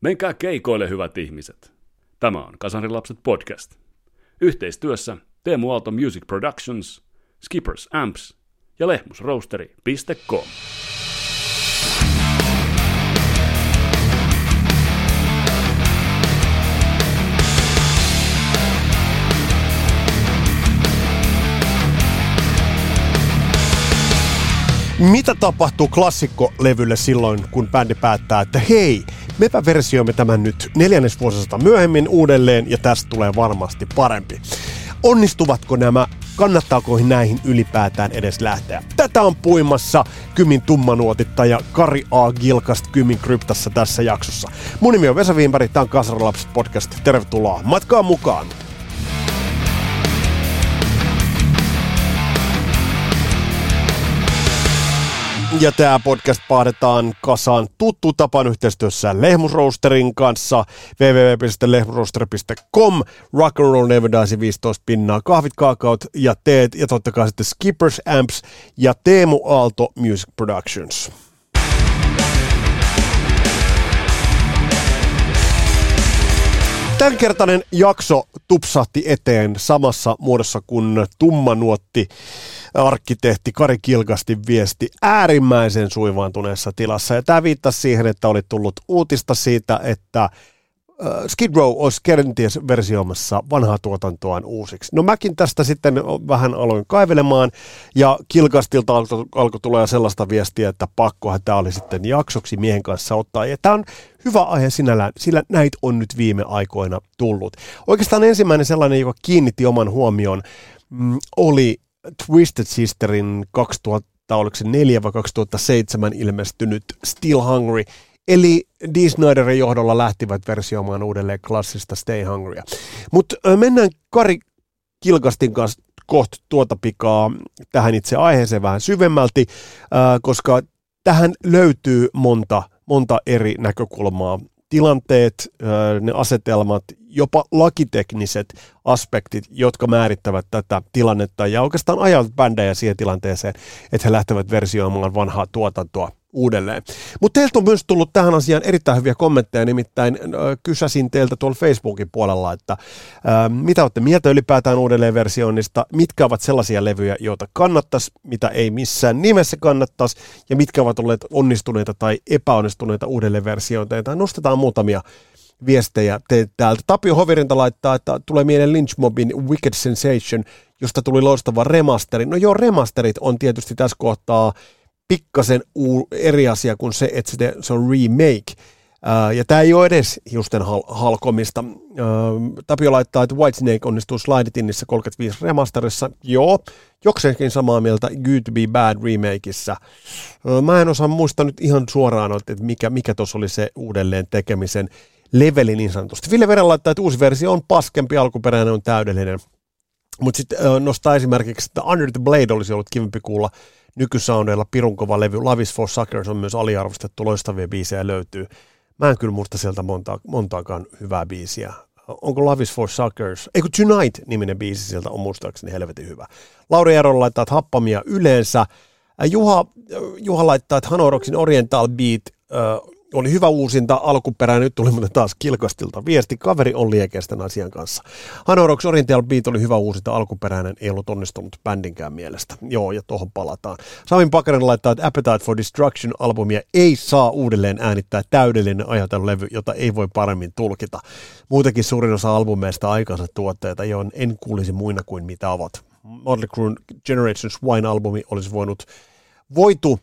Menkää keikoille, hyvät ihmiset. Tämä on Kasarilapset podcast. Yhteistyössä Teemu Aalto Music Productions, Skippers Amps ja lehmusroasteri.com. Mitä tapahtuu klassikkolevylle silloin, kun bändi päättää, että hei, mepä versioimme tämän nyt 4. vuosisata myöhemmin uudelleen ja tästä tulee varmasti parempi. Onnistuvatko nämä? Kannattaako näihin ylipäätään edes lähteä? Tätä on puimassa Kymin tummanuotittaja Kari A. Gilcast Kymin kryptassa tässä jaksossa. Mun nimi on Vesa Wienberg, tää on Kasarilapset podcast. Tervetuloa matkaan mukaan! Ja tämä podcast pahdetaan kasaan tuttu tapaan yhteistyössä Lehmusroasterin kanssa. www.lehmusroaster.com. Rock'n'Roll Never Dies 15 pinnaa, kahvit, kaakaot ja teet. Ja totta kai sitten Skippers Amps ja Teemu Aalto Music Productions. Tämänkertainen jakso tupsahti eteen samassa muodossa kuin tummanuotti arkkitehti Kari Gilcastin viesti äärimmäisen suivaantuneessa tilassa. Ja tämä viittasi siihen, että oli tullut uutista siitä, että Skid Row olisi kenties versioimassa vanhaa tuotantoaan uusiksi. No mäkin tästä sitten vähän aloin kaivelemaan ja Gilcastilta alkoi tulla sellaista viestiä, että pakkohan tämä oli sitten jaksoksi miehen kanssa ottaa. Ja tämä on hyvä aihe sinällään, sillä näitä on nyt viime aikoina tullut. Oikeastaan ensimmäinen sellainen, joka kiinnitti oman huomion, oli Twisted Sisterin 2004 vai 2007 ilmestynyt Still Hungry, eli Dee Sniderin johdolla lähtivät versioimaan uudelleen klassista Stay Hungrya. Mutta mennään Kari Gilcastin kanssa kohta tuota pikaa tähän itse aiheeseen vähän syvemmälti, koska tähän löytyy monta eri näkökulmaa. Tilanteet, ne asetelmat, jopa lakitekniset aspektit, jotka määrittävät tätä tilannetta ja oikeastaan ajavat bändejä siihen tilanteeseen, että he lähtevät versioimaan vanhaa tuotantoa uudelleen. Mutta teiltä on myös tullut tähän asiaan erittäin hyviä kommentteja, nimittäin kysäsin teiltä tuolla Facebookin puolella, että mitä olette mieltä ylipäätään uudelleenversioinnista, mitkä ovat sellaisia levyjä, joita kannattaisi, mitä ei missään nimessä kannattaisi, ja mitkä ovat olleet onnistuneita tai epäonnistuneita uudelleenversiointeja. Nostetaan muutamia viestejä täältä. Tapio Hovirinta laittaa, että tulee mieleen Lynch Mobin Wicked Sensation, josta tuli loistava remasteri. No joo, remasterit on tietysti tässä kohtaa pikkasen eri asia kuin se, että se on remake. Ja tämä ei ole edes hiusten halkomista. Tapio laittaa, että Whitesnake onnistuu Slide It Inissä 35 remasterissa. Joo, jokseenkin samaa mieltä Good to be Bad remakeissa. Mä en osaa muistaa nyt ihan suoraan, että mikä tuossa oli se uudelleen tekemisen leveli niin sanotusti. Ville Veren laittaa, että uusi versio on paskempi, alkuperäinen on täydellinen. Mutta sitten nostaa esimerkiksi, että Under the Blade olisi ollut kivempi kuulla nykysoundeilla pirunkova levy. Love is for Suckers on myös aliarvostettu, loistavia biisejä löytyy. Mä en kyllä muista sieltä montaakaan hyvää biisiä. Onko Love is for Suckers? Eikö Tonight-niminen biisi sieltä on muistaakseni helvetin hyvä. Lauri Jaro laittaa, että happamia yleensä. Juha laittaa, että Hanoroksin Oriental Beat oli hyvä uusinta alkuperäinen. Nyt tuli muuten taas Gilcastilta viesti. Kaveri on liekeä tämän asian kanssa. Hanorok's Oriental Beat oli hyvä uusinta alkuperäinen. Ei ollut onnistunut bändinkään mielestä. Joo, ja tuohon palataan. Samin Pakanen laittaa, että Appetite for Destruction-albumia ei saa uudelleen äänittää täydellinen ajatellulevy, jota ei voi paremmin tulkita. Muutenkin suurin osa albumeista aikansa tuotteita, joon en kuulisi muina kuin mitä ovat. Motley Cruen Generations Wine-albumi olisi voitu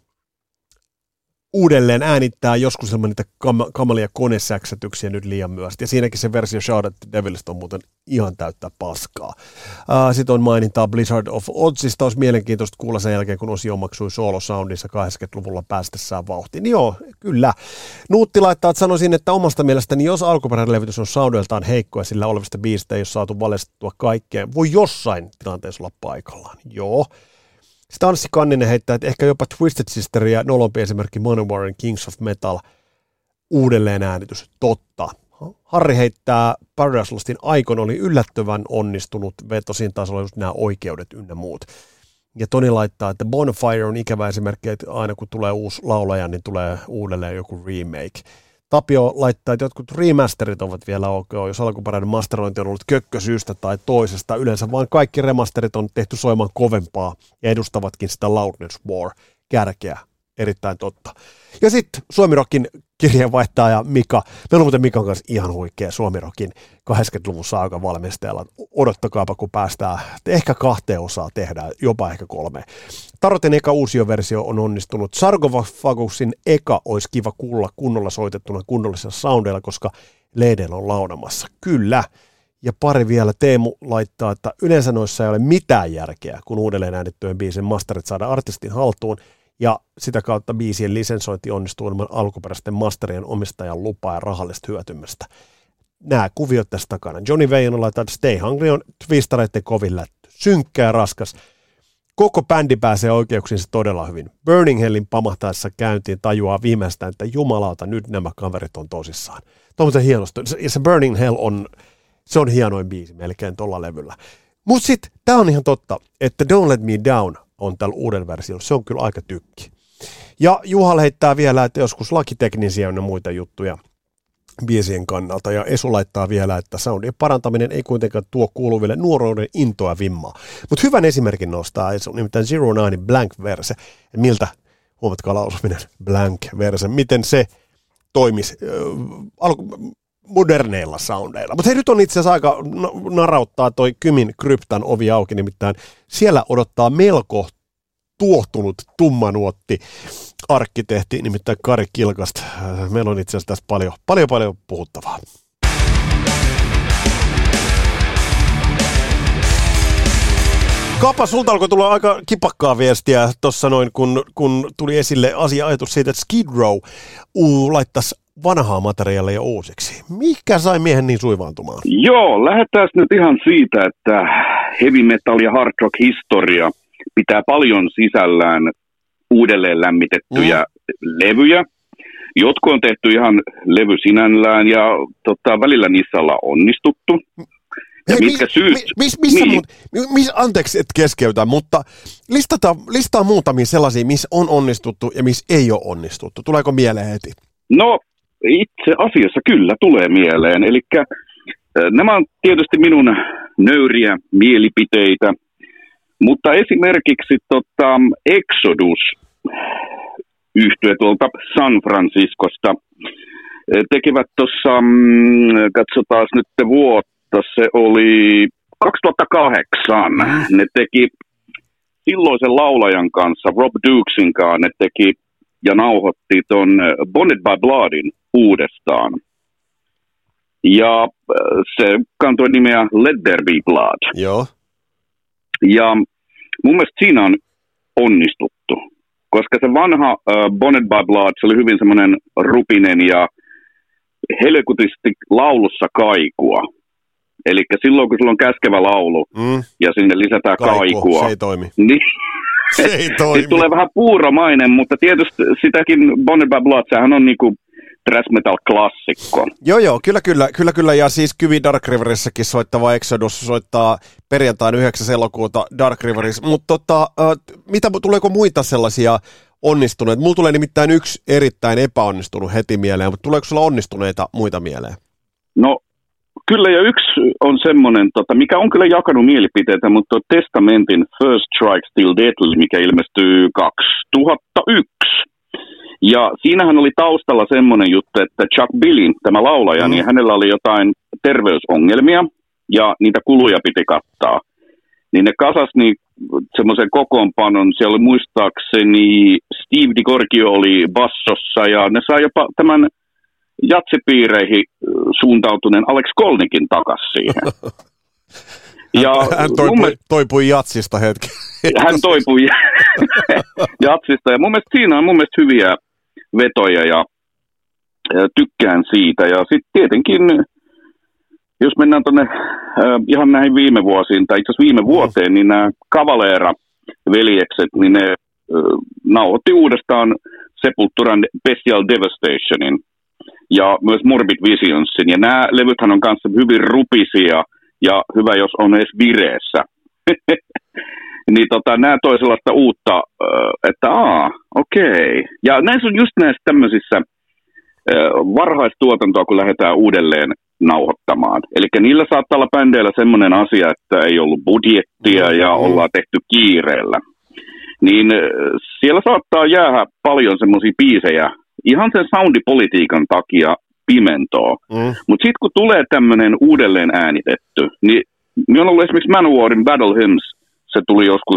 uudelleen äänittää joskus ilman niitä kamalia konesäksätyksiä nyt liian myöhästi. Ja siinäkin se versio Shout at the Devilistä on muuten ihan täyttä paskaa. Sitten on mainintaa Blizzard of Oddsista. Olisi mielenkiintoista kuulla sen jälkeen, kun Osio omaksui soolosoundissa 80-luvulla päästessään vauhtiin. Joo, kyllä. Nuutti laittaa, että sanoisin, että omasta mielestäni, jos alkuperäinen levitys on soundeltaan heikkoa ja sillä olevista biisistä ei ole saatu valestettua kaikkeen, voi jossain tilanteessa olla paikallaan. Joo. Sitten Anssi Kanninen heittää, että ehkä jopa Twisted Sister ja nolompi esimerkki Manowarin Kings of Metal uudelleen äänitys. Totta. Harri heittää Paradise Lostin Icon oli yllättävän onnistunut, tosin taas oli just nämä oikeudet ynnä muut. Ja Toni laittaa, että Bonfire on ikävä esimerkki, että aina kun tulee uusi laulaja, niin tulee uudelleen joku remake. Tapio laittaa, että jotkut remasterit ovat vielä ok, jos alkuperäinen masterointi on ollut kökkösyystä tai toisesta. Yleensä vaan kaikki remasterit on tehty soimaan kovempaa ja edustavatkin sitä Loudness War-kärkeä. Erittäin totta. Ja sitten Suomi-Rockin kirjeenvaihtaja Mika. Meillä on muuten Mikan kanssa ihan huikea Suomi-Rockin 80-luvun saaga valmistajalla. Odottakaapa, kun päästään. Ehkä 2 osaa tehdään, jopa ehkä 3. Taroten eka uusioversio on onnistunut. Sarkofaguksin eka olisi kiva kuulla kunnolla soitettuna kunnollisella soundeilla, koska Leedellä on launamassa. Kyllä. Ja pari vielä Teemu laittaa, että yleensä noissa ei ole mitään järkeä, kun uudelleen äänittyjen biisin masterit saada artistin haltuun. Ja sitä kautta biisien lisensointi onnistuu ilman alkuperäisten masterien omistajan lupaa ja rahallista hyötymistä. Nämä kuviot tässä takana. Johnny Vein on laittanut Stay Hungry on twistareiden kovin lätty. Synkkää ja raskas. Koko bändi pääsee oikeuksiinsa todella hyvin. Burning Hellin pamahtaessa käyntiin tajuaa viimeistään, että jumalauta, nyt nämä kaverit on tosissaan. Tuommoisen hienosti. Ja se Burning Hell se on hienoin biisi melkein tuolla levyllä. Mutta sitten, tämä on ihan totta, että Don't Let Me Down on tällä uuden versiolla. Se on kyllä aika tykki. Ja Juha heittää vielä, että joskus lakiteknisiä on muita juttuja biisien kannalta. Ja Esu laittaa vielä, että soundien parantaminen ei kuitenkaan tuo kuuluville nuoruuden intoa ja vimmaa. Mutta hyvän esimerkin nostaa Esu, nimittäin Zero Nine Blank Verse. Miltä, huomatkaa lausuminen, Blank Verse, miten se toimisi moderneilla soundeilla. Mutta hei, nyt on itse asiassa aika narauttaa toi Kymin kryptan ovi auki, nimittäin siellä odottaa melko tuohtunut tummanuotti arkkitehti, nimittäin Kari Kilkasta. Meillä on itse asiassa tässä paljon puhuttavaa. Kapa, sulta alkoi tulla aika kipakkaa viestiä tuossa noin, kun tuli esille ajatus siitä, että Skid Row laittaisi vanhaa materiaalia uusiksi. Mikä sai miehen niin suivaantumaan? Joo, lähdetään nyt ihan siitä, että heavy metal ja hard rock historia pitää paljon sisällään uudelleen lämmitettyjä levyjä. Jotkut on tehty ihan levy sinällään ja välillä niissä ollaan onnistuttu. Ja anteeksi, et keskeytä, mutta listaa muutamia sellaisia, missä on onnistuttu ja missä ei ole onnistuttu. Tuleeko mieleen heti? No, itse asiassa kyllä tulee mieleen. Eli nämä on tietysti minun nöyriä mielipiteitä, mutta esimerkiksi Exodus-yhtye tuolta San Franciscosta tekivät tuossa, katsotaan nyt vuotta, se oli 2008, ne teki silloisen laulajan kanssa, Rob Dukesin kanssa, ne teki ja nauhoitti ton Bonded by Bloodin uudestaan. Ja se kantoi nimeä Let There Be Blood. Joo. Ja mun mielestä siinä on onnistuttu, koska se vanha Bonded by Blood, se oli hyvin semmoinen rupinen ja helkutisti laulussa kaikua. Eli silloin, kun sulla on käskevä laulu ja sinne lisätään kaikua. Se ei toimi. Niin, se ei toimi. Niin tulee vähän puuromainen, mutta tietysti sitäkin Bonded by Blood, sehän on niinku thrash metal klassikko. Joo, kyllä. Ja siis Kyvi Dark Riverissäkin soittava Exodus soittaa perjantaina 9. elokuuta Dark Riveris. Mutta tuleeko muita sellaisia onnistuneita? Mulla tulee nimittäin yksi erittäin epäonnistunut heti mieleen, mutta tuleeko sulla onnistuneita muita mieleen? No, kyllä, ja yksi on semmoinen, mikä on kyllä jakanut mielipiteitä, mutta Testamentin First Strike Still Deadly, mikä ilmestyy 2001. Ja siinähän oli taustalla semmoinen juttu, että Chuck Billy, tämä laulaja, niin hänellä oli jotain terveysongelmia, ja niitä kuluja piti kattaa. Niin ne kasas niin semmoisen kokoonpanon, siellä oli muistaakseni Steve DiGorgio oli bassossa, ja ne sai jopa tämän jatsipiireihin suuntautuneen Alex Kolnikin takas siihen. Ja hän toipui jatsista hetki. Hän toipui jatsista, ja mun mielestä siinä on hyviä vetoja, ja tykkään siitä. Ja sitten tietenkin, jos mennään tuonne ihan näihin viime vuosiin, tai itse asiassa viime vuoteen, niin nämä Cavalera-veljekset, niin ne nauhoitti uudestaan Sepulturan Bestial Devastationin ja myös Morbid Visionsin. Ja nämä levythän on kanssa hyvin rupisia ja hyvä, jos on edes vireessä. Niin nämä toi sellaista uutta, että okei. Ja näissä on just näissä tämmöisissä varhaistuotantoa, kun lähdetään uudelleen nauhoittamaan. Eli niillä saattaa olla bändeillä semmoinen asia, että ei ollut budjettia ja ollaan tehty kiireellä. Niin siellä saattaa jäädä paljon semmoisia biisejä ihan sen soundipolitiikan takia pimentoa. Mutta sitten kun tulee tämmöinen uudelleen äänitetty, niin minä on ollut esimerkiksi Manowarin Battle Hymns, se tuli joskus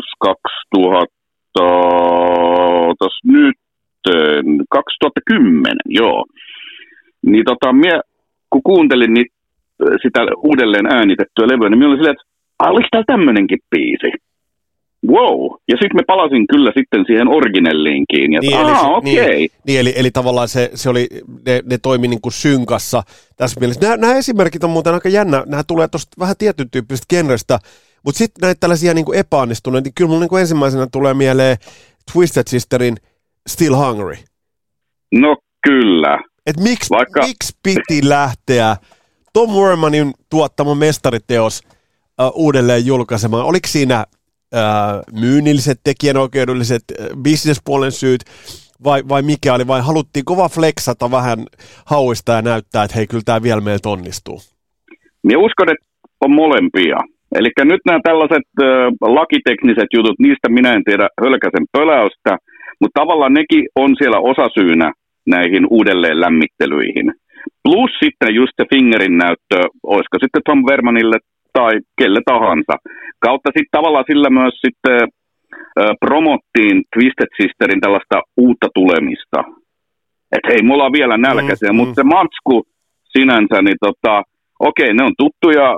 2010, joo. Niin minä kun kuuntelin sitä uudelleen äänitettyä levyä, niin minä olin silleen, että oliko täällä tämmöinenkin biisi? Wow. Ja sitten me palasin kyllä sitten siihen originelliinkin. Ja okei. Eli tavallaan se oli, ne toimi niin kuin synkassa tässä mielessä. Nämä esimerkit on muuten aika jännä. Nämä tulee tuosta vähän tietyn tyyppisestä genrestä, mutta sitten näitä tällaisia niin kuin epäonnistuneita, niin kyllä mulla niin kuin ensimmäisenä tulee mieleen Twisted Sisterin Still Hungry. No kyllä. Et miksi piti lähteä Tom Wermanin tuottama mestariteos uudelleen julkaisemaan? Oliko siinä myynnilliset, tekijänoikeudelliset, businesspuolen syyt vai mikä oli? Vai haluttiin kova flexata vähän hauista ja näyttää, että hei, kyllä tämä vielä meiltä onnistuu? Minä uskon, että on molempia. Eli nyt nämä tällaiset lakitekniset jutut, niistä minä en tiedä hölkäsen pöläystä, mutta tavallaan nekin on siellä osasyynä näihin uudelleen lämmittelyihin. Plus sitten just se fingerin näyttö, olisiko sitten Tom Wermanille tai kelle tahansa. Kautta sitten tavallaan sillä myös sitten promottiin Twisted Sisterin tällaista uutta tulemista. Että hei, mulla on vielä nälkäisiä, mutta se matsku sinänsä, niin okei, ne on tuttuja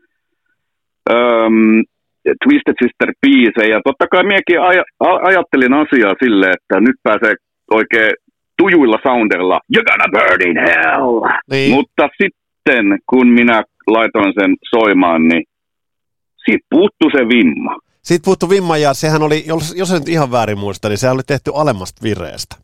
Twisted Sister-biisejä. Totta kai minäkin ajattelin asiaa silleen, että nyt pääsee oikein tujuilla soundilla, you're gonna burn in hell! Niin. Mutta sitten, kun minä laitoin sen soimaan, niin siitä puuttui se vimma. Siitä puuttui vimma, ja sehän oli, jos en nyt ihan väärin muista, niin sehän oli tehty alemmasta vireestä.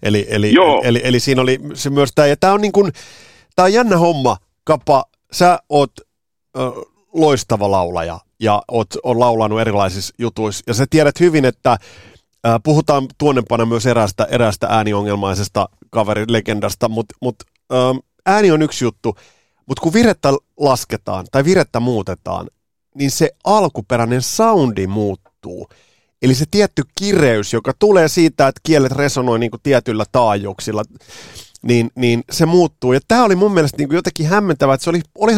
Eli siinä oli se myös tämä, ja tämä on niin kuin, tämä on jännä homma, Kappa, sä oot loistava laulaja, ja on laulanut erilaisissa jutuissa, ja sä tiedät hyvin, että puhutaan tuonnepana myös eräästä ääniongelmaisesta kaverilegendasta, mutta ääni on yksi juttu, mutta kun virettä lasketaan tai virettä muutetaan, niin se alkuperäinen soundi muuttuu. Eli se tietty kireys, joka tulee siitä, että kielet resonoi niin kuin tietyillä taajuuksilla, niin se muuttuu. Ja tämä oli mun mielestä niin kuin jotenkin hämmentävää, että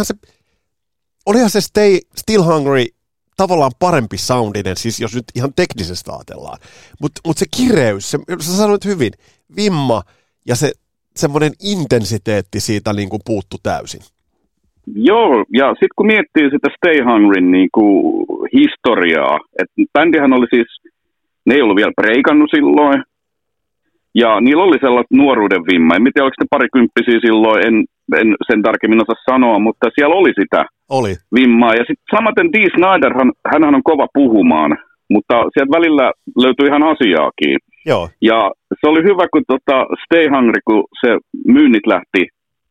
olihan se Still Hungry tavallaan parempi soundinen, siis jos nyt ihan teknisesti ajatellaan. Mutta se kireys, sä sanoit hyvin, vimma ja se semmoinen intensiteetti siitä niin kuin puuttu täysin. Joo, ja sitten kun miettii sitä Stay Hungryn niin kuin historiaa, että bändihän oli siis, ne ei ollut vielä breikannut silloin, ja niillä oli sellaista nuoruuden vimma. En tiedä, oliko ne parikymppisiä silloin, en sen tarkemmin osaa sanoa, mutta siellä oli sitä vimmaa. Ja sitten samaten Dee Snider, hänhän on kova puhumaan, mutta sieltä välillä löytyi ihan asiaakin. Joo. Ja se oli hyvä, kun Stay Hungry, kun se myynnit lähti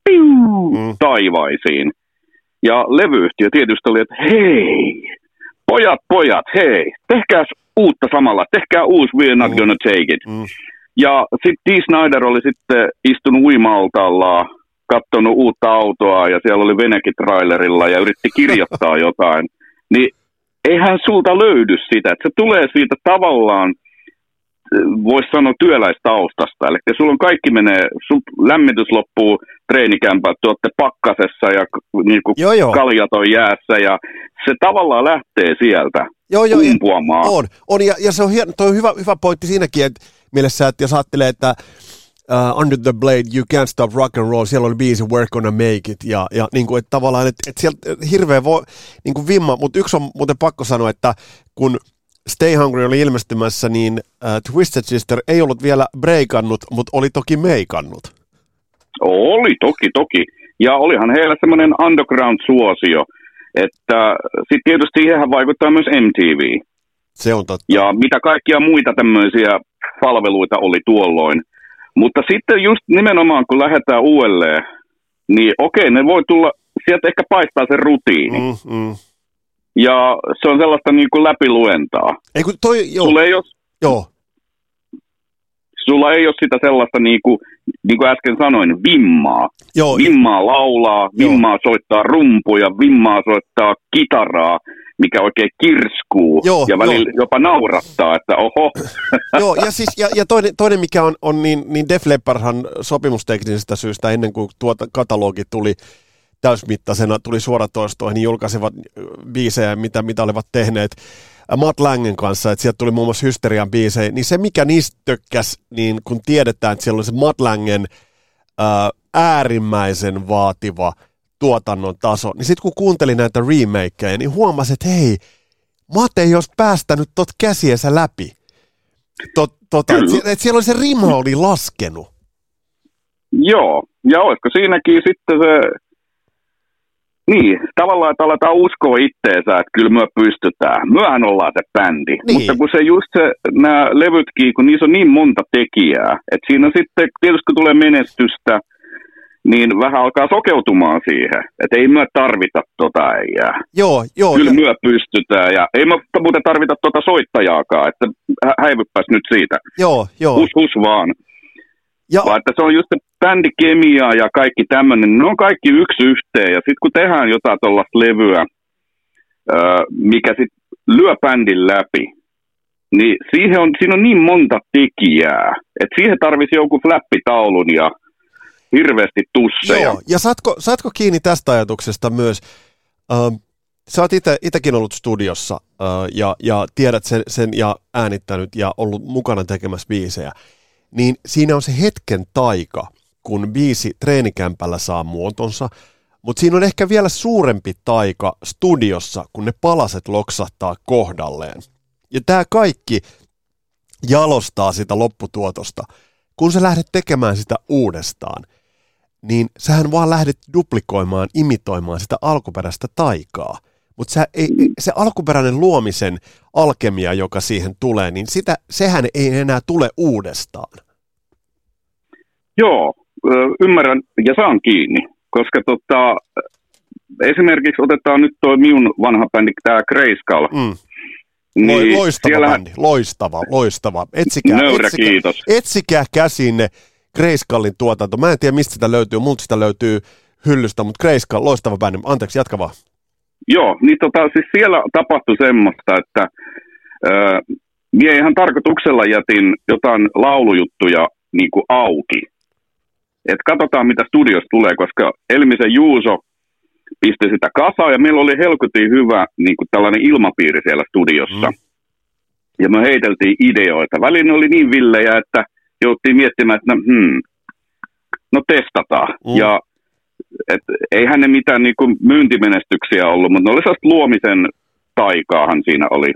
taivaisiin. Ja levyyhtiö tietysti oli, että hei, pojat, hei, tehkää uutta samalla, tehkää uusi We're Not Gonna Take It. Ja sitten Dee Snider oli sitten istunut uima-altaallaan, katsonut uutta autoa ja siellä oli venekin trailerilla ja yritti kirjoittaa jotain. Niin eihän sulta löydy sitä, että se tulee siitä tavallaan, voisi sanoa työläistaustasta. Eli sulla on kaikki menee, sun lämmitys loppuu treenikämpään, te olette pakkasessa ja niin kuin kaljat on jäässä ja se tavallaan lähtee sieltä kumpuamaan. On ja se on toi on hyvä pointti siinäkin, että mielessä, että jos ajattelee, että Under the Blade, You Can't Stop Rock and Roll, siellä oli biisi We're Gonna Make It, ja niin kuin, että tavallaan, että sieltä hirveä niin kuin vimma, mutta yksi on muuten pakko sanoa, että kun Stay Hungry oli ilmestymässä, niin Twisted Sister ei ollut vielä breikannut, mutta oli toki meikannut. Oli, toki. Ja olihan heillä semmoinen underground-suosio, että sitten tietysti siihenhän vaikuttaa myös MTV. Se on totta. Ja mitä kaikkia muita tämmöisiä palveluita oli tuolloin. Mutta sitten just nimenomaan, kun lähdetään uudelleen, niin okei, ne voi tulla, sieltä ehkä paistaa se rutiini. Ja se on sellaista niin kuin läpiluentaa. Ei kun toi, joo. Sulla ei ole sitä sellaista niin kuin niin kuin äsken sanoin, vimmaa. Joo. Vimmaa laulaa, vimmaa soittaa rumpuja, vimmaa soittaa kitaraa, mikä oikein kirskuu ja välillä jopa naurattaa, että oho. Joo, ja, siis, ja toinen mikä on niin Def Leppardhan sopimusteknisestä syystä ennen kuin tuota katalogi tuli täysmittaisena, tuli suoratoistoihin, niin julkaisivat biisejä, mitä olivat tehneet Matt Langen kanssa, että sieltä tuli muun muassa Hysterian biisejä, niin se mikä niistä tökkäs, niin kun tiedetään, että siellä oli se Matt Langen äärimmäisen vaativa tuotannon taso, niin sitten kun kuuntelin näitä remakeja, niin huomasin, että hei, Matt ei olisi päästänyt tot käsiensä läpi. Että siellä oli se rima oli laskenut. Joo, ja olisiko siinäkin sitten se, niin, tavallaan, että aletaan uskoa itteensä, että kyllä me pystytään. Myöhän ollaan se bändi. Niin. Mutta kun se just se, nämä levytkin, kun niissä on niin monta tekijää, että siinä sitten, tietysti kun tulee menestystä, niin vähän alkaa sokeutumaan siihen, että ei me tarvita tota äijää. Joo. Kyllä me pystytään, ja ei me muuten tarvita tota soittajaakaan, että häivyppäs nyt siitä. Joo. Hus vaan. Vaan että se on just se bändikemia ja kaikki tämmöinen, ne on kaikki yksi yhteen, ja sitten kun tehdään jotain tuollaista levyä, mikä sitten lyö bändin läpi, niin siinä on niin monta tekijää, että siihen tarvisi joku flappitaulun ja hirveästi tusseja. Joo, ja saatko kiinni tästä ajatuksesta myös? Sä oot itsekin ollut studiossa ja tiedät sen ja äänittänyt ja ollut mukana tekemässä biisejä. Niin siinä on se hetken taika, kun biisi treenikämpällä saa muotonsa, mutta siinä on ehkä vielä suurempi taika studiossa, kun ne palaset loksahtaa kohdalleen. Ja tämä kaikki jalostaa sitä lopputuotosta. Kun sä lähdet tekemään sitä uudestaan, niin sähän vaan lähdet duplikoimaan, imitoimaan sitä alkuperäistä taikaa. Mutta se alkuperäinen luomisen alkemia, joka siihen tulee, niin sehän ei enää tule uudestaan. Joo, ymmärrän ja saan kiinni, koska esimerkiksi otetaan nyt tuo minun vanha bändi, tämä Grayskull. Niin loistava bändi, loistava. Etsikää käsinne Grayskullin tuotanto. Mä en tiedä, mistä sitä löytyy, multa sitä löytyy hyllystä, mutta Grayskull, loistava bändi. Anteeksi, jatka vaan. Joo, niin siis siellä tapahtui semmoista, että minä ihan tarkoituksella jätin jotain laulujuttuja niin kuin auki. Että katsotaan, mitä studiossa tulee, koska Elmisen Juuso pisti sitä kasaan, ja meillä oli helkutin hyvä niin kuin tällainen ilmapiiri siellä studiossa. Ja me heiteltiin ideoita. Väliin ne oli niin villejä, että jouttiin miettimään, että no testataan. Ja eihän ne mitään niin kuin myyntimenestyksiä ollut, mutta ne oli sellaista luomisen taikaahan siinä oli.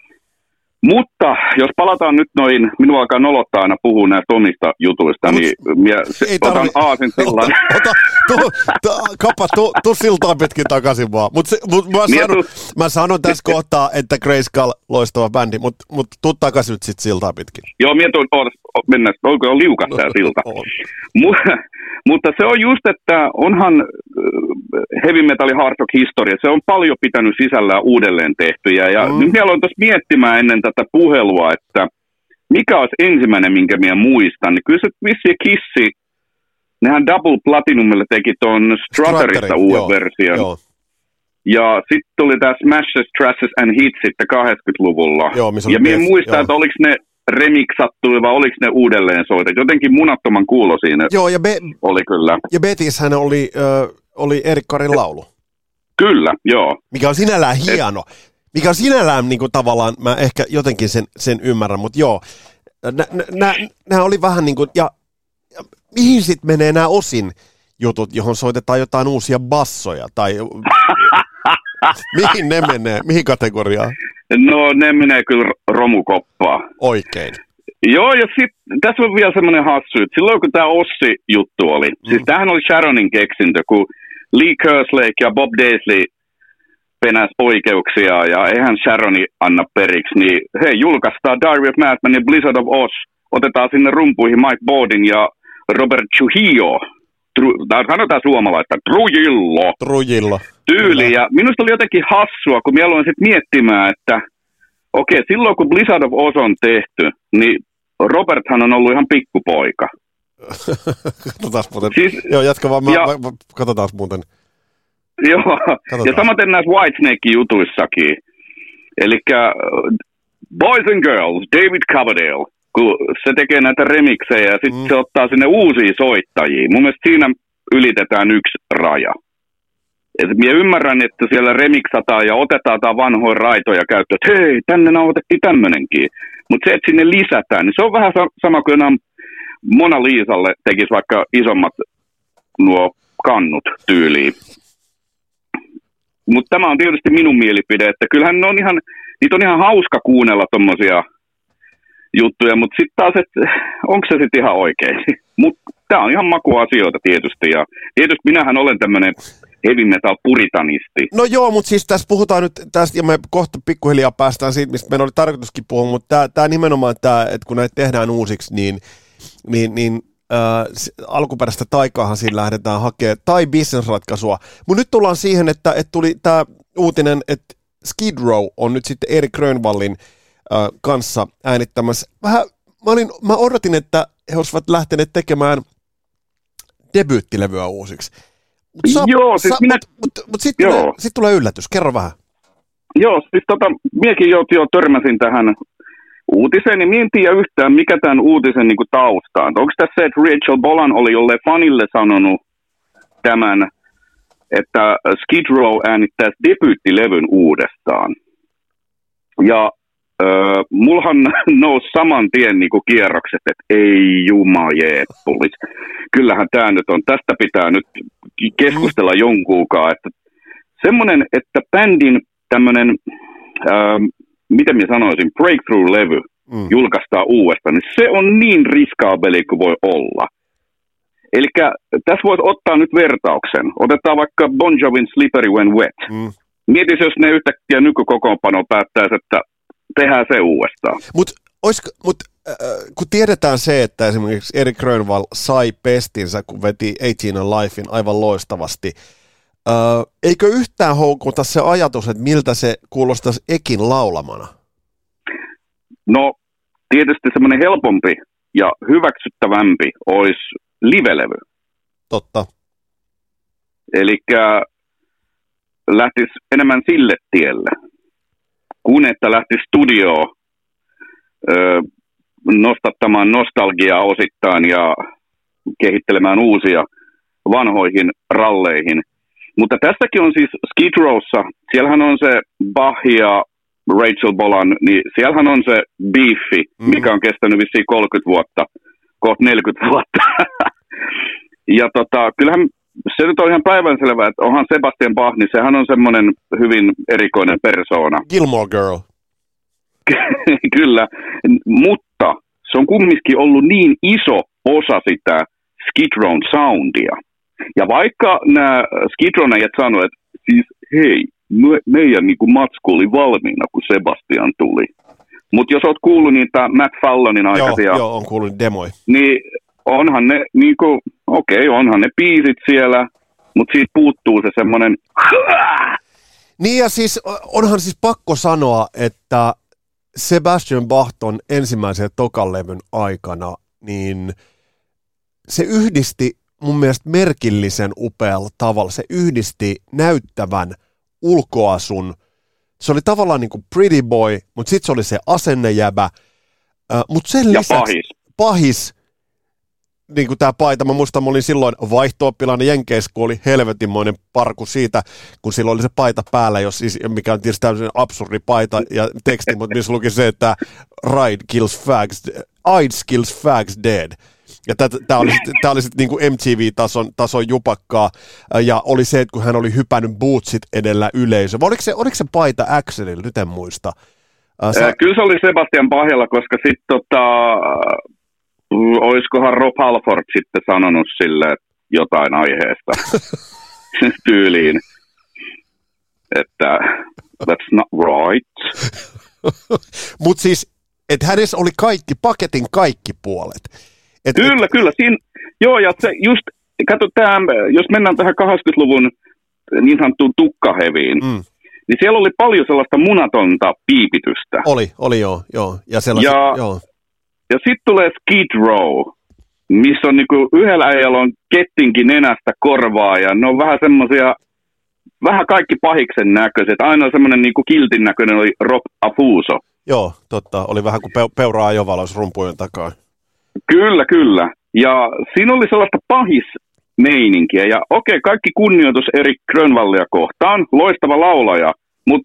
Mutta jos palataan nyt noihin, minua alkaa nolottaa aina puhua näistä omista jutuista, niin otan aasin sillan. Kappa, tuu siltaan pitkin takaisin vaan. Mä sanon tässä kohtaa, että Grayskull loistava bändi, mutta tuu takaisin nyt sit siltaan pitkin. Joo, mennään, onko liukas tää silta. Mutta se on just, että onhan heavy metal hard rock historia, se on paljon pitänyt sisällään uudelleen tehtyjä. Ja nyt minä aloin tuossa miettimään ennen tätä puhelua, että mikä olisi ensimmäinen, minkä minä muistan. Niin kyllä se vissi Kissi, nehän Double Platinumille teki tuon Strutterista uuden version. Joo. Ja sitten tuli tämä Smashes, Trashes and Hits sitten 80-luvulla. Joo, ja minä muistan, että oliko ne remixattu vai oliko ne uudelleen soitettu. Jotenkin munattoman kuulo siinä oli kyllä. Ja Betishän oli Erik Karin laulu. Kyllä, joo. Mikä on sinällään hieno. Mikä on sinällään niin kuin tavallaan, mä ehkä jotenkin sen ymmärrän, mutta joo. Nämä oli vähän niin kuin, ja mihin sitten menee nämä osin jutut, johon soitetaan jotain uusia bassoja, tai mihin ne menee, mihin kategoriaan? No ne menee kyllä romukoppaa. Oikein. Joo, ja sitten tässä on vielä semmoinen hassu, että silloin kun tämä Ossi-juttu oli, siis tämähän oli Sharonin keksintö, kun Lee Kerslake ja Bob Daisley penäs oikeuksia, ja eihän Sharoni anna periksi, niin hei, julkaistaan Diary of Madman ja Blizzard of Oz, otetaan sinne rumpuihin Mike Bordin ja Robert Trujillo, sanotaan suomalaista, Trujillo tyyli, ja minusta oli jotenkin hassua, kun minä aloin sitten miettimään, että okei, silloin kun Blizzard of Oz on tehty, niin Roberthan on ollut ihan pikkupoika. Katsotaan muuten. Siis, joo, jatka vaan. Katsotaan muuten. Joo, katsotaan. Ja samaten näissä Whitesnake-jutuissakin. Elikkä Boys and Girls, David Coverdale, kun se tekee näitä remiksejä ja sitten se ottaa sinne uusia soittajia. Mun mielestä siinä ylitetään yksi raja. Et minä ymmärrän, että siellä remiksataan ja otetaan vanhoja raitoja käyttöön, että hei, tänne nauhoitettiin tämmönenkin. Mutta se, että sinne lisätään, niin se on vähän sama kuin Mona Lisalle tekisi vaikka isommat nuo kannut tyyliin. Mutta tämä on tietysti minun mielipide, että kyllähän niitä on ihan hauska kuunnella tommosia juttuja, mutta sitten taas, että onko se sitten ihan oikein? Mutta tämä on ihan makuasioita tietysti, ja tietysti minähän olen tämmöinen heavy metal puritanisti. No joo, mutta siis tässä puhutaan nyt tästä, ja me kohta pikkuhiljaa päästään siitä, mistä meidän oli tarkoituskin puhua, mutta tämä nimenomaan, että kun näitä tehdään uusiksi, niin alkuperäistä taikaahan siinä lähdetään hakemaan, tai business-ratkaisua. Mutta nyt tullaan siihen, että tuli tämä uutinen, että Skid Row on nyt sitten Erik Grönvallin kanssa äänittämässä. Mä odotin, että he olisivat lähteneet tekemään debyyttilevyä uusiksi. Mutta sitten tulee yllätys. Kerro vähän. Joo, siis miekin jo törmäsin tähän uutiseen, niin mie en tiedä yhtään, mikä tämän uutisen niin kuin tausta on. Onko tässä se, että Rachel Bolan oli jolle fanille sanonut tämän, että Skid Row äänittäisi debyyttilevyn uudestaan. Ja mullahan nousi saman tien niin kuin kierrokset, että ei jumajeeppulis. Kyllähän tämä nyt on, tästä pitää nyt keskustella jonkunkaan. Että semmoinen, että bändin tämmöinen, miten minä sanoisin, breakthrough-levy julkaistaan uudestaan, niin se on niin riskaabeli kuin voi olla. Eli tässä voit ottaa nyt vertauksen. Otetaan vaikka Bon Jovin Slippery When Wet. Mietis, jos ne yhtäkkiä nykykokoonpano päättäisi, että tehdään se uudestaan. Mutta kun tiedetään se, että esimerkiksi Erik Grönvall sai pestinsä, kun veti 18 Lifein aivan loistavasti, eikö yhtään houkuta se ajatus, että miltä se kuulostaisi Ekin laulamana? No, tietysti semmoinen helpompi ja hyväksyttävämpi olisi livelevy. Totta. Elikkä lähtisi enemmän sille tielle, kun että lähtisi studioon nostattamaan nostalgiaa osittain ja kehittelemään uusia vanhoihin ralleihin. Mutta tässäkin on siis Skid Rowssa, siellähän on se Bach ja Rachel Bolan, niin siellähän on se biifi, mikä on kestänyt vissiin 30 vuotta, kohta 40 vuotta. Ja kyllähän se nyt on ihan päivänselvää, että onhan Sebastian Bach, niin sehän on semmoinen hyvin erikoinen persoona. Gilmore Girl. Kyllä, mutta se on kumminkin ollut niin iso osa sitä Skid Rown soundia. Ja vaikka nämä Skid Rown äijät sanoo, että siis hei, meidän niin kuin matsku oli valmiina, kun Sebastian tuli. Mutta jos oot kuullut niitä Matt Fallonin aikaisia... Joo, on kuullut demoi. Niin onhan ne, niin kuin, onhan ne biisit siellä, mutta siitä puuttuu se semmoinen... Niin ja siis onhan siis pakko sanoa, että Sebastian Bachton ensimmäisen tokan levyn aikana, niin se yhdisti mun mielestä merkillisen upealla tavalla. Se yhdisti näyttävän ulkoasun. Se oli tavallaan niin kuin pretty boy, mutta sitten se oli se asennejäbä. Mutta sen lisäksi pahis niin kuin tämä paita. Mä muistan, mä olin silloin vaihto-oppilainen Jenkeissä, kun oli helvetinmoinen parku siitä, kun silloin oli se paita päällä, mikä on tietysti täysin absurdi paita ja teksti, mutta missä luki se, että Ride kills fags dead. Ja tämä oli sitten niinku MTV-tason jupakkaa, ja oli se, että kun hän oli hypännyt bootsit edellä yleisö. Oliko se paita Axelilla? Nyt en muista. Kyllä se oli Sebastian Bachilla, koska sitten olisikohan Rob Halford sitten sanonut sille jotain aiheesta tyyliin, että that's not right. Mutta siis, että hänessä oli paketin kaikki puolet. Kyllä. Siinä, joo, ja se just, kato jos mennään tähän 80-luvun niin sanottuun tukkaheviin, niin siellä oli paljon sellaista munatonta piipitystä. Oli joo. Ja sitten tulee Skid Row, missä on niinku yhdellä äijällä on kettinkin nenästä korvaa ja ne on vähän semmoisia, vähän kaikki pahiksen näköiset. Ainoa semmoinen niinku kiltin näköinen oli Rob Afuso. Joo, totta. Oli vähän kuin peuraa ajovaloissa rumpujen takaa. Kyllä. Ja siinä oli sellaista pahismeininkiä. Ja okei, kaikki kunnioitus Erik Grönvallia kohtaan. Loistava laulaja, mutta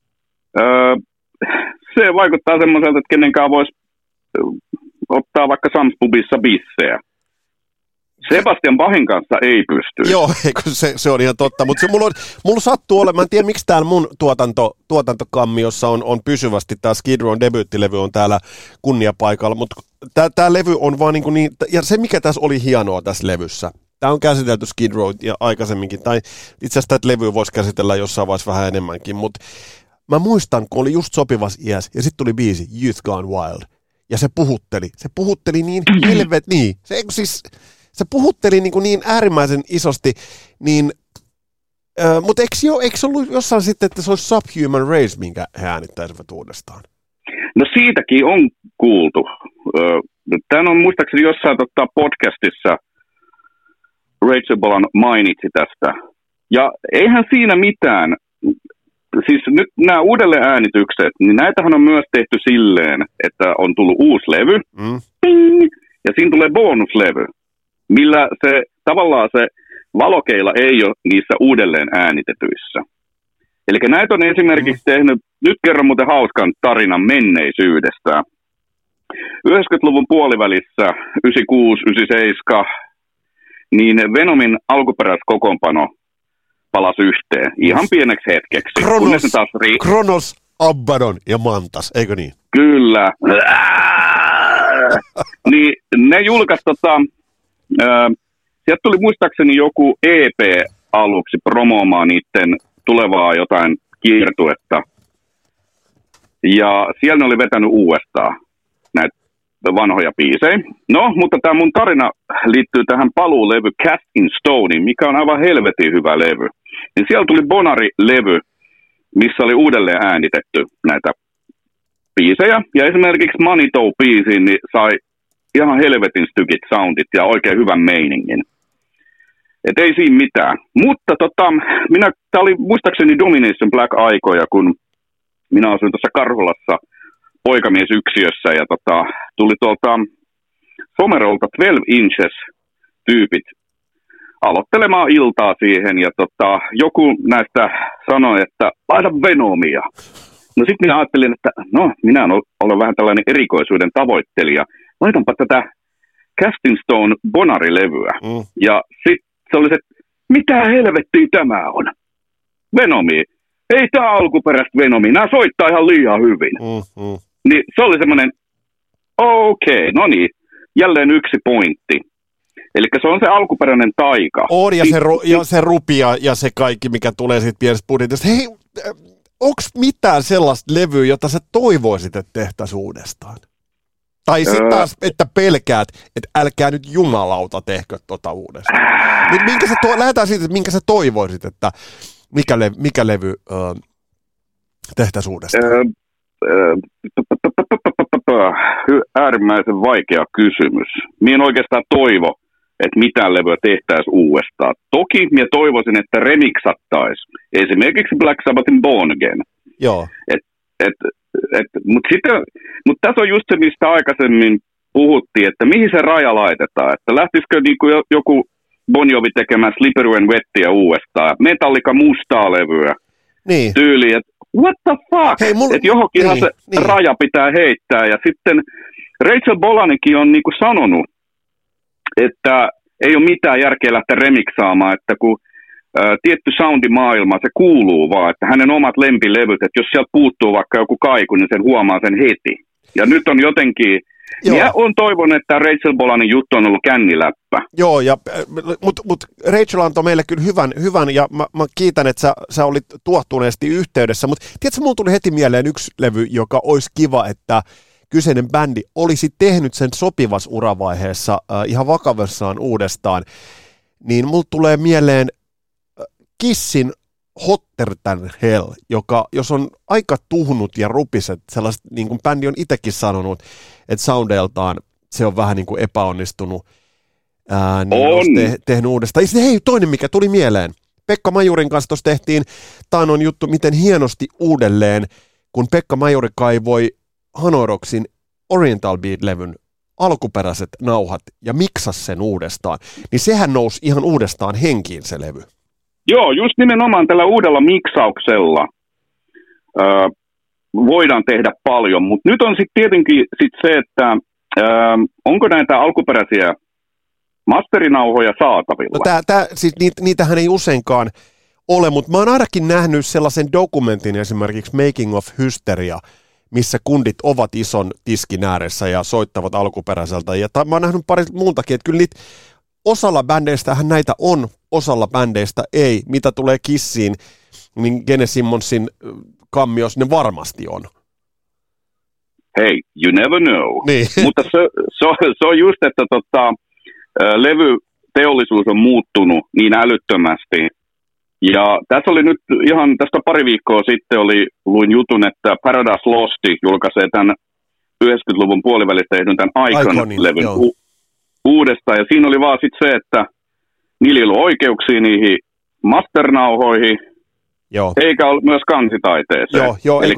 se vaikuttaa semmoiselta, että kenenkään voisi ottaa vaikka Sam's Pubissa bissejä. Sebastian Bachin kanssa ei pysty. Joo, se on ihan totta, mutta mulla sattuu olemaan, mä en tiedä miksi täällä mun tuotantokammiossa on pysyvästi, tämä Skid Rown debyyttilevy on täällä kunniapaikalla, mutta tämä levy on vaan niin, ja se mikä tässä oli hienoa tässä levyssä, tämä on käsitelty Skid Row ja aikaisemminkin, tai itse asiassa tätä levyä voisi käsitellä jossain vaiheessa vähän enemmänkin, mutta mä muistan, kun oli just sopivassa iässä, ja sitten tuli biisi Youth Gone Wild, ja se puhutteli niin niin, se puhutteli niin äärimmäisen isosti, niin, mutta eikö se ollut jossain sitten, että se olisi Subhuman Race, minkä he äänittäisivät uudestaan? No siitäkin on kuultu. Tämä on muistaakseni jossain podcastissa Rachel Bolan mainitsi tästä. Ja eihän siinä mitään. Siis nyt nämä uudelleen äänitykset, niin näitähän on myös tehty silleen, että on tullut uusi levy, ja siinä tulee bonuslevy, millä se tavallaan se valokeila ei ole niissä uudelleen äänitetyissä. Eli näitä on esimerkiksi tehnyt, nyt kerron muuten hauskan tarinan menneisyydestä. 90-luvun puolivälissä, 96, 97, niin Venomin alkuperäiskokoonpano palasi yhteen ihan pieneksi hetkeksi. Kronos, Abaddon ja Mantas, eikö niin? Kyllä. Niin ne julkaisi sieltä tuli muistaakseni joku EP aluksi promoomaan niiden tulevaa jotain kiertuetta. Ja siellä ne oli vetänyt uudestaan näitä vanhoja biisejä. No, mutta tämä mun tarina liittyy tähän paluulevy Cast in Stoneen, mikä on aivan helvetin hyvä levy. Niin siellä tuli Bonari-levy, missä oli uudelleen äänitetty näitä biisejä. Ja esimerkiksi Manitou-biisiin niin sai ihan helvetin stykit soundit ja oikein hyvän meiningin. Et ei siinä mitään. Mutta tämä oli muistaakseni Domination Black aikoja, kun minä asuin tuossa Karhulassa poikamiesyksiössä ja tuli tuolta Somerolta 12 Inches tyypit aloittelemaan iltaa siihen ja joku näistä sanoi, että laita Venomia. No sitten minä ajattelin, että minä olen vähän tällainen erikoisuuden tavoittelija. Laitanpa tätä Casting Stone Bonari-levyä. Ja sitten se oli se, mitä helvettiä tämä on? Venomi. Ei tämä alkuperäistä Venomi. Nämä soittaa ihan liian hyvin. Niin se oli semmoinen, okei, no niin, jälleen yksi pointti. Eli se on se alkuperäinen taika. On, ja se rupia ja se kaikki, mikä tulee siitä pienestä budjetista. Hei, onko mitään sellaista levyä, jota sä toivoisit, että tehtäisiin uudestaan? Tai sitten taas, että pelkäät, että älkää nyt jumalauta tehkö uudestaan. Lähdetään siitä, että minkä sä toivoisit, että mikä levy tehtäisiin uudestaan? Äärimmäisen vaikea kysymys. Minä en oikeastaan toivo, että mitään levyä tehtäisiin uudestaan. Toki minä toivoisin, että remiksattaisiin esimerkiksi Black Sabbathin Born Again. Joo. Mutta tässä on just se, mistä aikaisemmin puhuttiin, että mihin se raja laitetaan. Että lähtisikö niinku joku Bon Jovi tekemään Slippery and Wettiä uudestaan, Metallica mustaa levyä niin. Tyyliin, että what the fuck? Hei, että johonkinhan se raja pitää heittää. Ja sitten Rachel Bolanikin on niinku sanonut, että ei ole mitään järkeä lähteä remiksaamaan, että kun tietty soundimaailma, se kuuluu vaan, että hänen omat lempilevyt, että jos sieltä puuttuu vaikka joku kaiku, niin sen huomaa sen heti. Ja nyt on jotenkin, ja on toivon, että Rachel Bolanin juttu on ollut känniläppä. Joo, mutta Rachel antoi meille kyllä hyvän ja mä kiitän, että sä olit tuottuneesti yhteydessä, mutta tiedätkö, mulla tuli heti mieleen yksi levy, joka olisi kiva, että kyseinen bändi olisi tehnyt sen sopivassa uravaiheessa ihan vakavissaan uudestaan, niin mulla tulee mieleen Kissin Hotter Than Hell, joka, jos on aika tuhnut ja rupiset, sellaiset, niin kuin bändi on itsekin sanonut, että soundeiltaan se on vähän niin kuin epäonnistunut, niin olisi tehnyt uudestaan. Hei, toinen mikä tuli mieleen. Pekka Majurin kanssa tuossa tehtiin taanoin juttu, miten hienosti uudelleen, kun Pekka Majuri kaivoi Hanoroksin Oriental Beat-levyn alkuperäiset nauhat ja miksasi sen uudestaan, niin sehän nousi ihan uudestaan henkiin se levy. Joo, just nimenomaan tällä uudella miksauksella voidaan tehdä paljon, mutta nyt on sitten tietenkin se, että onko näitä alkuperäisiä masterinauhoja saatavilla? No siis niitähän ei useinkaan ole, mutta mä oon ainakin nähnyt sellaisen dokumentin esimerkiksi Making of Hysteria, missä kundit ovat ison tiskin ääressä ja soittavat alkuperäiseltä. Ja mä oon nähnyt pari muutakin, että kyllä niitä osalla bändeistähän näitä on, osalla bändeistä ei. Mitä tulee Kissiin, niin Gene Simmonsin kammios ne varmasti on. Hey, you never know. Niin. Mutta se on just, että levyteollisuus on muuttunut niin älyttömästi. Ja tässä oli nyt ihan tästä pari viikkoa sitten luin jutun, että Paradise Lost julkaisee tämän 90-luvun puolivälistä tehdyn tämän Icon-levyn uudestaan. Ja siinä oli vaan sitten se, että niillä ei ollut oikeuksia niihin masternauhoihin, joo, eikä ole myös kansitaiteeseen. Eli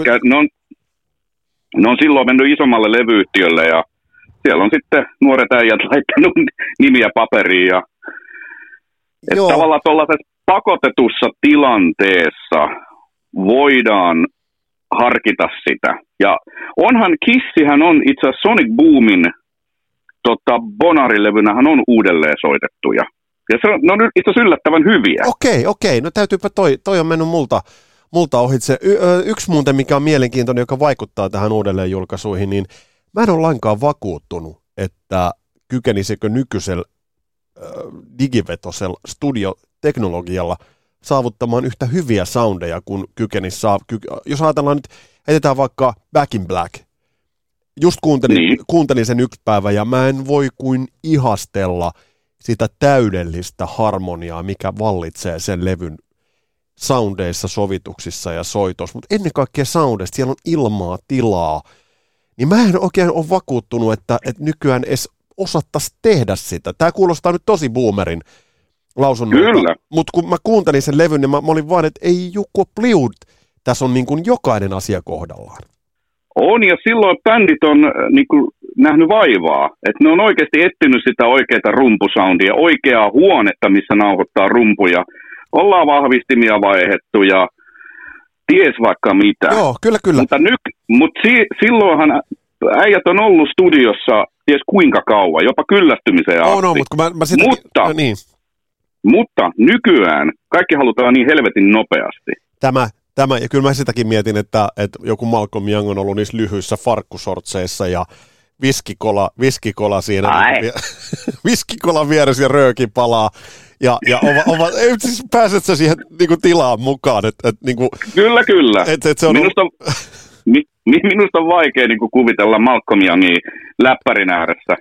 ne on silloin mennyt isommalle levyyhtiölle ja siellä on sitten nuoret äijät laittanut nimiä paperiin. Ja että tavallaan tuollaisessa pakotetussa tilanteessa voidaan harkita sitä. Ja onhan Kissihän on itse asiassa Sonic Boomin Bonari-levynähän on uudelleen soitettuja. Ja ne on itse asiassa yllättävän hyviä. Okei. No täytyypä toi on mennyt multa ohitse. Yksi muuten, mikä on mielenkiintoinen, joka vaikuttaa tähän uudelleen julkaisuihin, niin mä en ole lainkaan vakuuttunut, että kykenisikö nykyisellä digivetosella studioteknologialla saavuttamaan yhtä hyviä soundeja kuin kykenisi jos ajatellaan nyt, heitetään vaikka Back in Black. Just kuuntelin sen yksi päivä ja mä en voi kuin ihastella sitä täydellistä harmoniaa, mikä vallitsee sen levyn soundeissa, sovituksissa ja soitossa, mutta ennen kaikkea soundeista, siellä on ilmaa, tilaa, niin mä en oikein ole vakuuttunut, että nykyään edes osattaisi tehdä sitä. Tämä kuulostaa nyt tosi boomerin lausunnolta, mutta kun mä kuuntelin sen levyn, niin mä olin vaan, että ei Jukko Pliud, tässä on niin kuin jokainen asia kohdallaan. On, ja silloin bändit on niin kuin nähnyt vaivaa, että ne on oikeasti etsinyt sitä oikeaa rumpusoundia, oikeaa huonetta, missä nauhoittaa rumpuja. Ollaan vahvistimia vaihdettu ja ties vaikka mitä. Joo, kyllä. Mutta silloinhan äijät on ollut studiossa ties kuinka kauan, jopa kyllästymiseen asti. No, mutta niin. Mutta nykyään kaikki halutaan niin helvetin nopeasti. Tämä, ja kyllä mä sitäkin mietin, että joku Malcolm Young on ollut niissä lyhyissä farkkusortseissa ja viskikola siinä, viskikolan vieressä ja rööki palaa. Ja siis pääset sä siihen niinku tilaan mukaan? Niinku, kyllä. Se on minusta on vaikea niinku kuvitella Malcolm Youngia läppärin ääressä.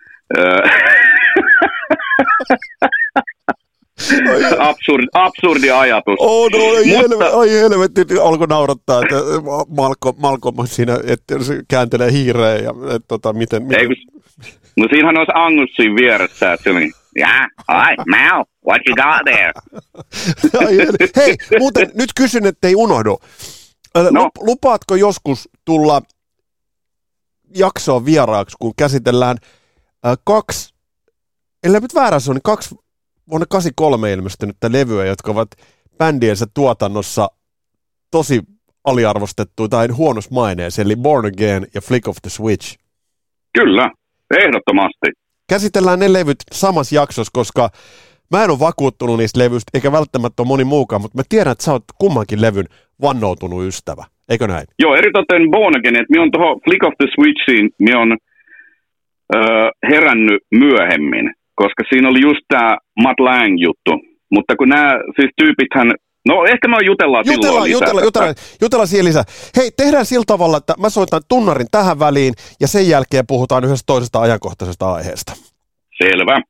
Absurdi ajatus. Ai helvetti, alkoi naurattaa, että Malcolm siinä, että se kääntelee hiireen ja miten. No siinähän olisi Angus siinä vieressä, että se oli, Mal, what you got there? Hei, muuten nyt kysyn, ettei unohdu. Lupaatko joskus tulla jaksoon vieraaksi, kun käsitellään kaksi, ellei nyt väärä se on, niin kaksi vuonna 1983 ilmestynyttä levyä, jotka ovat bändiensä tuotannossa tosi aliarvostettuja tai huonossa maineessa, eli Born Again ja Flick of the Switch. Kyllä, ehdottomasti. Käsitellään ne levyt samassa jaksossa, koska mä en ole vakuuttunut niistä levyistä, eikä välttämättä ole moni muukaan, mutta mä tiedän, että sä oot kummankin levyn vannoutunut ystävä, eikö näin? Joo, eritoten Born Again, että minä on tuohon Flick of the Switchiin, minä on herännyt myöhemmin, koska siinä oli just tämä Matt Lang-juttu, mutta kun nämä siis tyypithän, no ehkä me jutellaan silloin lisää. Jutellaan siihen lisää. Hei, tehdään sillä tavalla, että mä soitan tunnarin tähän väliin ja sen jälkeen puhutaan yhdestä toisesta ajankohtaisesta aiheesta. Selvä.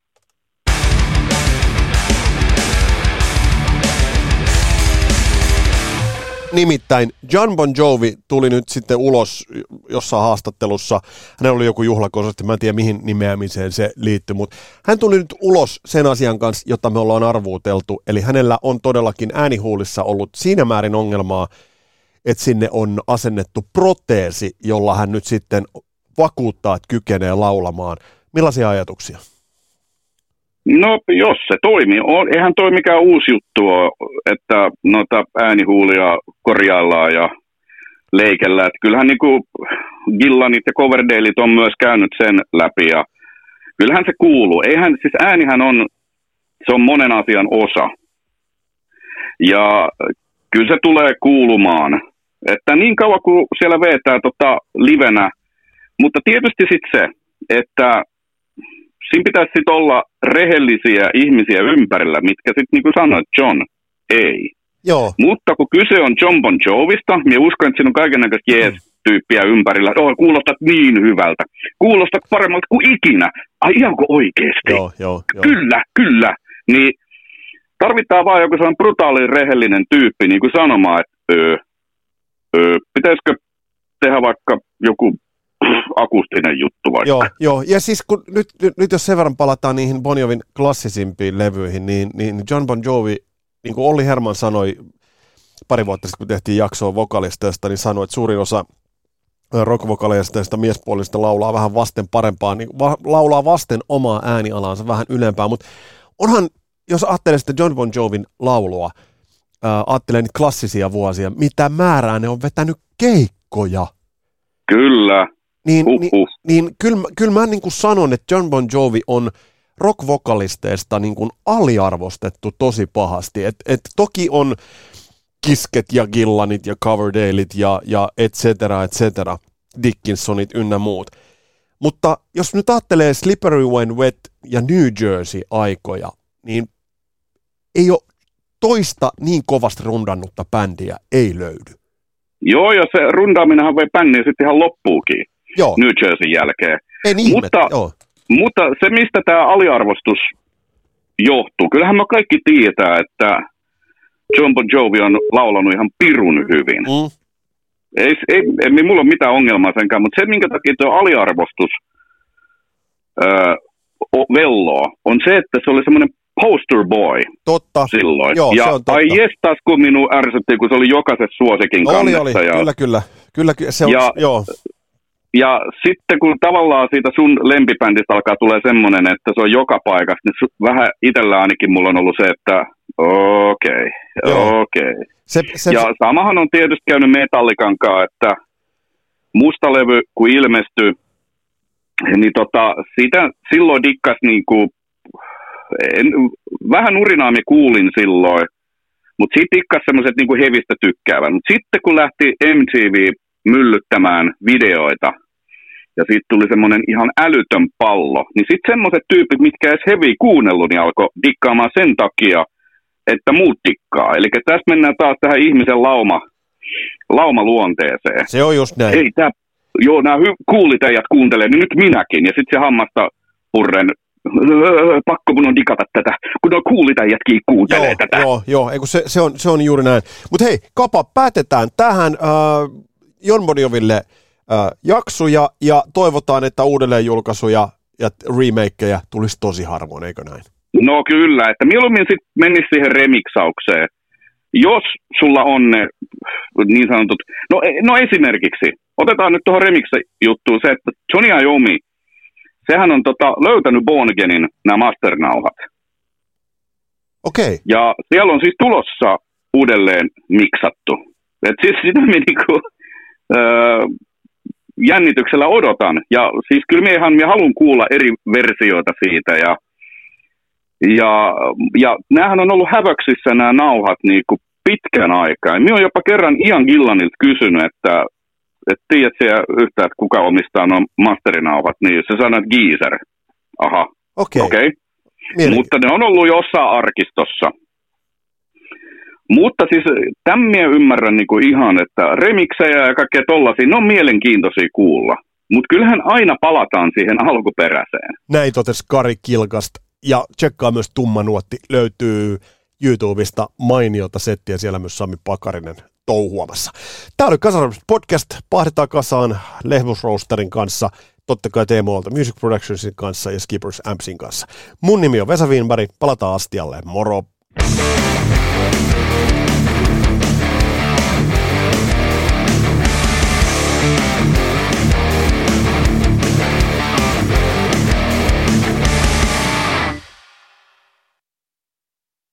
Nimittäin Jon Bon Jovi tuli nyt sitten ulos jossain haastattelussa. Hänellä oli joku juhlakonsertti, mä en tiedä mihin nimeämiseen se liittyy, mutta hän tuli nyt ulos sen asian kanssa, jota me ollaan arvuuteltu. Eli hänellä on todellakin äänihuulissa ollut siinä määrin ongelmaa, että sinne on asennettu proteesi, jolla hän nyt sitten vakuuttaa, että kykenee laulamaan. Millaisia ajatuksia? No, jos se toimii. Eihän toi mikään uusi juttu ole, että noita äänihuulia korjaillaan ja leikellään. Että kyllähän niinku Gillanit ja Coverdaleit on myös käynyt sen läpi ja kyllähän se kuuluu. Siis äänihän se on monen asian osa. Ja kyllä se tulee kuulumaan. Että niin kauan kuin siellä vetää livenä, mutta tietysti sitten se, että siinä pitäisi sitten olla rehellisiä ihmisiä ympärillä, mitkä sitten niin kuin sanoit, John, ei. Joo. Mutta kun kyse on Jon Bon Jovista, minä uskon, että siinä on kaikennäköistä jees-tyyppiä ympärillä. Kuulostat niin hyvältä. Kuulostat paremmalta kuin ikinä. Ai ihanko oikeasti? Joo. Kyllä. Niin tarvitaan vaan joku sellainen brutaali rehellinen tyyppi niin kuin sanomaan, että pitäisikö tehdä vaikka joku akustinen juttu vaikka. Joo. Ja siis kun nyt jos sen verran palataan niihin Bon Jovin klassisimpiin levyihin, niin Jon Bon Jovi, niin kuin Olli Herman sanoi pari vuotta sitten, kun tehtiin jaksoa vokalisteista, niin sanoi, että suurin osa rock-vokalisteista miespuolista laulaa vähän vasten parempaa, niin laulaa vasten omaa äänialaansa vähän ylempää, mutta onhan, jos ajattelee sitä Jon Bon Jovin laulua, ajattelee niitä klassisia vuosia, mitä määrää ne on vetänyt keikkoja. Kyllä. Niin kyllä mä niin kuin sanon, että Jon Bon Jovi on rock-vokalisteista niin kuin aliarvostettu tosi pahasti. Et toki on Kisket ja Gillanit ja Coverdaleit ja et cetera, Dickinsonit ynnä muut. Mutta jos nyt ajattelee Slippery When Wet ja New Jersey-aikoja, niin ei ole toista niin kovasti rundannutta bändiä, ei löydy. Joo, ja se rundaaminenhan vei bänniä sitten ihan loppuukin. Joo. New Jerseyn jälkeen. Ei niin mutta se, mistä tämä aliarvostus johtuu, kyllähän me kaikki tietää, että Jon Bon Jovi on laulanut ihan pirun hyvin. Ei mulla ole mitään ongelmaa senkään, mutta se, minkä takia tuo aliarvostus velloo, on se, että se oli semmoinen poster boy. Totta. Silloin. Joo, ja se on totta. ai jestas, kun minun ärsytti, kun se oli jokaisessa suosikin kannessa. Kyllä, se on, joo. Ja sitten kun tavallaan siitä sun lempibändistä alkaa tulee semmoinen, että se on joka paikassa, niin vähän itsellä ainakin mulla on ollut se, että okei. Ja samahan on tietysti käynyt Metallicankaan, että musta levy kun ilmestyi, niin siitä silloin dikkas niinku, vähän urinaami kuulin silloin, mutta siitä dikkas semmoiset niinku hevistä tykkäävän. Mutta sitten kun lähti MTV myllyttämään videoita, ja siitä tuli semmoinen ihan älytön pallo, niin sitten semmoiset tyypit, mitkä edes heviä kuunnellut, niin alkoi dikkaamaan sen takia, että muut dikkaa. Eli tässä mennään taas tähän ihmisen laumaluonteeseen. Se on just näin. Ei nämä kuulitäjät kuuntelee, niin nyt minäkin. Ja sitten se hammasta purren, pakko mun on dikata tätä, kun nuo kuulitäjätkin kuuntelee tätä. Joo, se on juuri näin. Mutta hei, Kapa, päätetään tähän Jon Bon Joville jaksoja ja toivotaan, että uudelleenjulkaisuja ja remakeja tulisi tosi harvoin, eikö näin? No kyllä, että mieluummin sitten menisi siihen remiksaukseen. Jos sulla on ne niin sanotut, no esimerkiksi, otetaan nyt tuohon remix-juttuun se, että Tony Iommi, sehän on löytänyt Born Againin nämä masternauhat. Okei. Ja siellä on siis tulossa uudelleen miksattu. Et siis sitä me niinku, jännityksellä odotan. Ja siis kyllä minä haluan kuulla eri versioita siitä. Ja näähän on ollut hävöksissä nämä nauhat niinku pitkän aikaa. Minä olen jopa kerran Ian Gillanilta kysynyt, että tiedätkö yhtään, että kuka omistaa nuo masterinauhat, niin se sanoo, että Geezer. Aha, okei. Mutta ne on ollut jossain arkistossa. Mutta siis tämän minä ymmärrän niinku ihan, että remiksejä ja kaikkea tollaisia, ne on mielenkiintoisia kuulla. Mutta kyllähän aina palataan siihen alkuperäiseen. Näin totesi Kari Kilgast. Ja tsekkaa myös Tumma Nuotti, löytyy YouTubesta mainiota settiä, siellä myös Sami Pakarinen touhuamassa. Tämä oli Kasanrallapset podcast, pahdetaan kasaan Lehmus Roasterin kanssa, totta kai Teemu Aalto Music Productionsin kanssa ja Skippers Ampsin kanssa. Mun nimi on Vesa Wienberg, palataan astialle, moro!